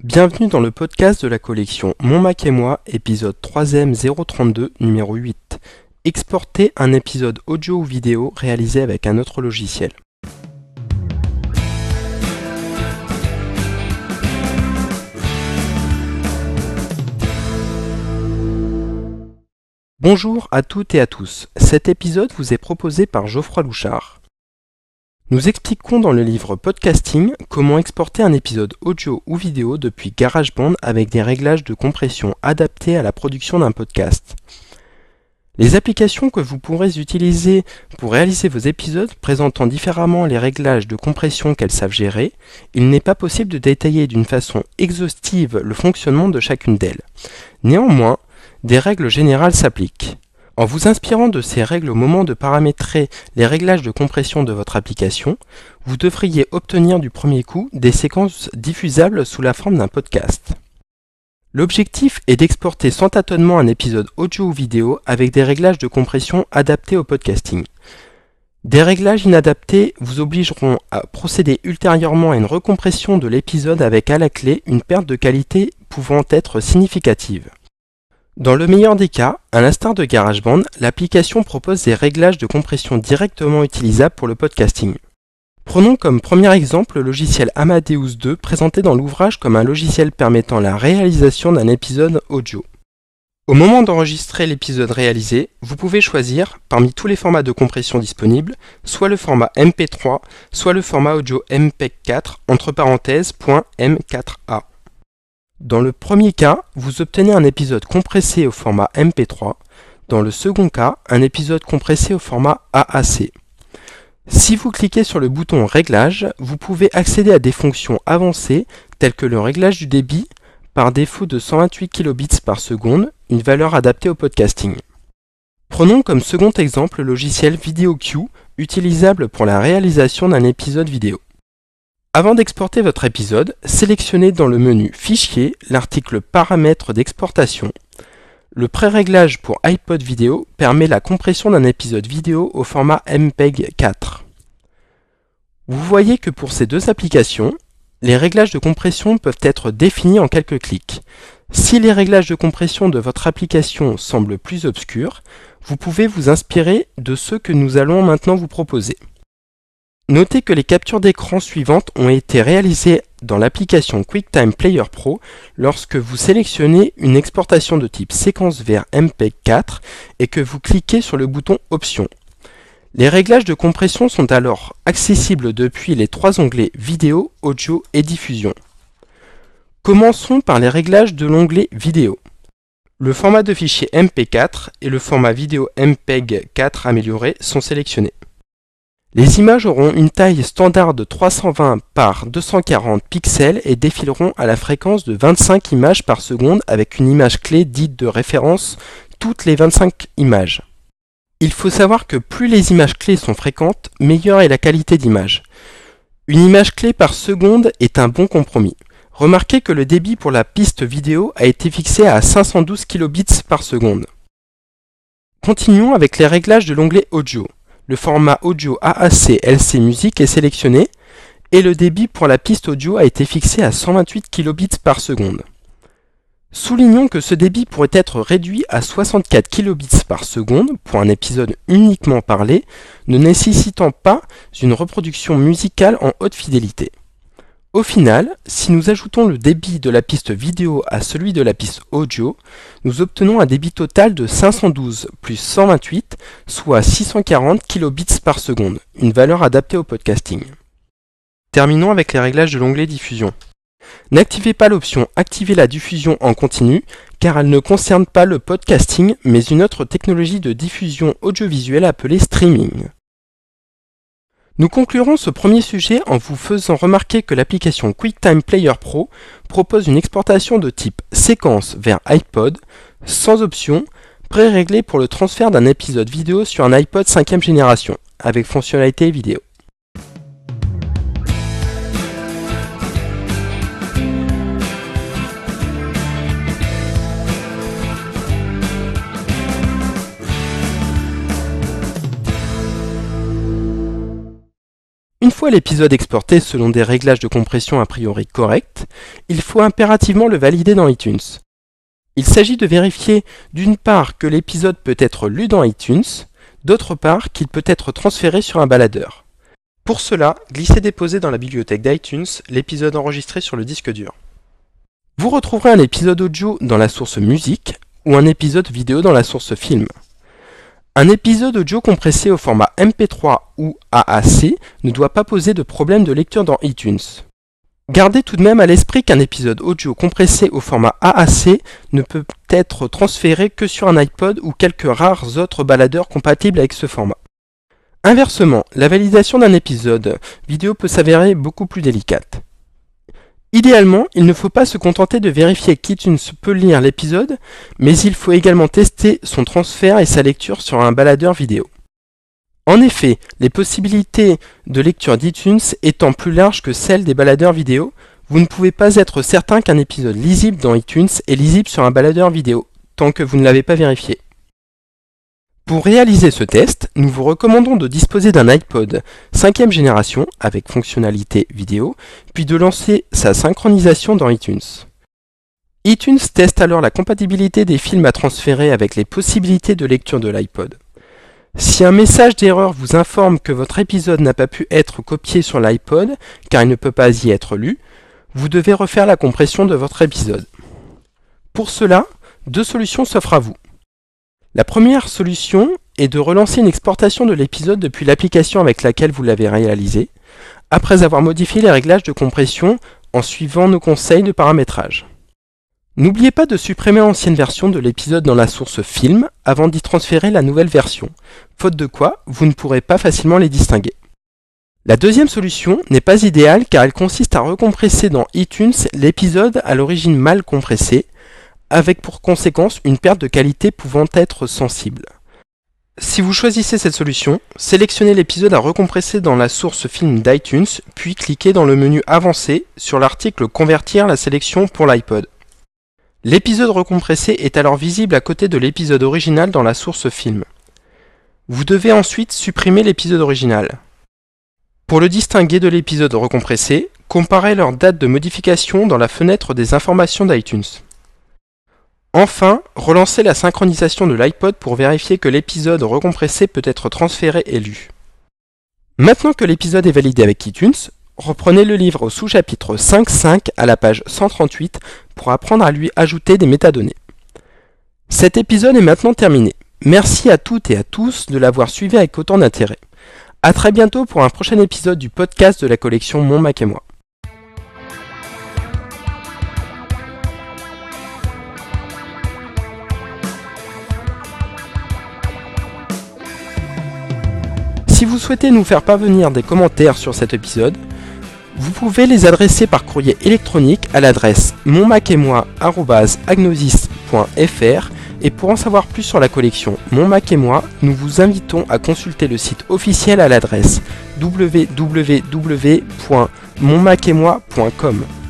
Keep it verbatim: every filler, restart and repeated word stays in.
Bienvenue dans le podcast de la collection Mon Mac et moi, épisode trois M zéro trente-deux, numéro huit. Exporter un épisode audio ou vidéo réalisé avec un autre logiciel. Bonjour à toutes et à tous. Cet épisode vous est proposé par Geoffroy Louchard. Nous expliquons dans le livre Podcasting comment exporter un épisode audio ou vidéo depuis GarageBand avec des réglages de compression adaptés à la production d'un podcast. Les applications que vous pourrez utiliser pour réaliser vos épisodes présentant différemment les réglages de compression qu'elles savent gérer, il n'est pas possible de détailler d'une façon exhaustive le fonctionnement de chacune d'elles. Néanmoins, des règles générales s'appliquent. En vous inspirant de ces règles au moment de paramétrer les réglages de compression de votre application, vous devriez obtenir du premier coup des séquences diffusables sous la forme d'un podcast. L'objectif est d'exporter sans tâtonnement un épisode audio ou vidéo avec des réglages de compression adaptés au podcasting. Des réglages inadaptés vous obligeront à procéder ultérieurement à une recompression de l'épisode avec à la clé une perte de qualité pouvant être significative. Dans le meilleur des cas, à l'instar de GarageBand, l'application propose des réglages de compression directement utilisables pour le podcasting. Prenons comme premier exemple le logiciel Amadeus deux présenté dans l'ouvrage comme un logiciel permettant la réalisation d'un épisode audio. Au moment d'enregistrer l'épisode réalisé, vous pouvez choisir, parmi tous les formats de compression disponibles, soit le format M P trois, soit le format audio M P E G quatre, entre parenthèses, .m quatre A. Dans le premier cas, vous obtenez un épisode compressé au format M P trois. Dans le second cas, un épisode compressé au format A A C. Si vous cliquez sur le bouton Réglages, vous pouvez accéder à des fonctions avancées telles que le réglage du débit, par défaut de cent vingt-huit kilobits par seconde, une valeur adaptée au podcasting. Prenons comme second exemple le logiciel VideoQ, utilisable pour la réalisation d'un épisode vidéo. Avant d'exporter votre épisode, sélectionnez dans le menu Fichier l'article Paramètres d'exportation. Le pré-réglage pour iPod vidéo permet la compression d'un épisode vidéo au format M P E G quatre. Vous voyez que pour ces deux applications, les réglages de compression peuvent être définis en quelques clics. Si les réglages de compression de votre application semblent plus obscurs, vous pouvez vous inspirer de ceux que nous allons maintenant vous proposer. Notez que les captures d'écran suivantes ont été réalisées dans l'application QuickTime Player Pro lorsque vous sélectionnez une exportation de type séquence vers M P E G quatre et que vous cliquez sur le bouton Options. Les réglages de compression sont alors accessibles depuis les trois onglets Vidéo, Audio et Diffusion. Commençons par les réglages de l'onglet Vidéo. Le format de fichier M P quatre et le format vidéo M P E G quatre amélioré sont sélectionnés. Les images auront une taille standard de trois cent vingt par deux cent quarante pixels et défileront à la fréquence de vingt-cinq images par seconde avec une image clé dite de référence toutes les vingt-cinq images. Il faut savoir que plus les images clés sont fréquentes, meilleure est la qualité d'image. Une image clé par seconde est un bon compromis. Remarquez que le débit pour la piste vidéo a été fixé à cinq cent douze kilobits par seconde. Continuons avec les réglages de l'onglet Audio. Le format audio A A C L C Music est sélectionné et le débit pour la piste audio a été fixé à cent vingt-huit kilobits par seconde. Soulignons que ce débit pourrait être réduit à soixante-quatre kilobits par seconde pour un épisode uniquement parlé, ne nécessitant pas une reproduction musicale en haute fidélité. Au final, si nous ajoutons le débit de la piste vidéo à celui de la piste audio, nous obtenons un débit total de cinq cent douze plus cent vingt-huit, soit six cent quarante kilobits par seconde, une valeur adaptée au podcasting. Terminons avec les réglages de l'onglet Diffusion. N'activez pas l'option « Activer la diffusion en continu » car elle ne concerne pas le podcasting, mais une autre technologie de diffusion audiovisuelle appelée streaming. Nous conclurons ce premier sujet en vous faisant remarquer que l'application QuickTime Player Pro propose une exportation de type séquence vers iPod, sans option, pré-réglée pour le transfert d'un épisode vidéo sur un iPod cinquième génération, avec fonctionnalité vidéo. Une fois l'épisode exporté selon des réglages de compression a priori corrects, il faut impérativement le valider dans iTunes. Il s'agit de vérifier d'une part que l'épisode peut être lu dans iTunes, d'autre part qu'il peut être transféré sur un baladeur. Pour cela, glissez-déposez dans la bibliothèque d'iTunes l'épisode enregistré sur le disque dur. Vous retrouverez un épisode audio dans la source musique ou un épisode vidéo dans la source film. Un épisode audio compressé au format M P trois ou A A C ne doit pas poser de problème de lecture dans iTunes. Gardez tout de même à l'esprit qu'un épisode audio compressé au format A A C ne peut être transféré que sur un iPod ou quelques rares autres baladeurs compatibles avec ce format. Inversement, la validation d'un épisode vidéo peut s'avérer beaucoup plus délicate. Idéalement, il ne faut pas se contenter de vérifier qu'iTunes peut lire l'épisode, mais il faut également tester son transfert et sa lecture sur un baladeur vidéo. En effet, les possibilités de lecture d'iTunes étant plus larges que celles des baladeurs vidéo, vous ne pouvez pas être certain qu'un épisode lisible dans iTunes est lisible sur un baladeur vidéo, tant que vous ne l'avez pas vérifié. Pour réaliser ce test, nous vous recommandons de disposer d'un iPod cinquième génération avec fonctionnalité vidéo, puis de lancer sa synchronisation dans iTunes. iTunes teste alors la compatibilité des films à transférer avec les possibilités de lecture de l'iPod. Si un message d'erreur vous informe que votre épisode n'a pas pu être copié sur l'iPod car il ne peut pas y être lu, vous devez refaire la compression de votre épisode. Pour cela, deux solutions s'offrent à vous. La première solution est de relancer une exportation de l'épisode depuis l'application avec laquelle vous l'avez réalisé, après avoir modifié les réglages de compression en suivant nos conseils de paramétrage. N'oubliez pas de supprimer l'ancienne version de l'épisode dans la source film avant d'y transférer la nouvelle version, faute de quoi vous ne pourrez pas facilement les distinguer. La deuxième solution n'est pas idéale car elle consiste à recompresser dans iTunes l'épisode à l'origine mal compressé, avec pour conséquence une perte de qualité pouvant être sensible. Si vous choisissez cette solution, sélectionnez l'épisode à recompresser dans la source film d'iTunes, puis cliquez dans le menu Avancé sur l'article Convertir la sélection pour l'iPod. L'épisode recompressé est alors visible à côté de l'épisode original dans la source film. Vous devez ensuite supprimer l'épisode original. Pour le distinguer de l'épisode recompressé, comparez leur date de modification dans la fenêtre des informations d'iTunes. Enfin, relancez la synchronisation de l'iPod pour vérifier que l'épisode recompressé peut être transféré et lu. Maintenant que l'épisode est validé avec iTunes, reprenez le livre au sous-chapitre cinq point cinq à la page cent trente-huit pour apprendre à lui ajouter des métadonnées. Cet épisode est maintenant terminé. Merci à toutes et à tous de l'avoir suivi avec autant d'intérêt. A très bientôt pour un prochain épisode du podcast de la collection Mon Mac et moi. Si vous souhaitez nous faire parvenir des commentaires sur cet épisode, vous pouvez les adresser par courrier électronique à l'adresse mon mac et moi arobase agnosis point f r et pour en savoir plus sur la collection Mon Mac et moi, nous vous invitons à consulter le site officiel à l'adresse w w w point mon mac et moi point com.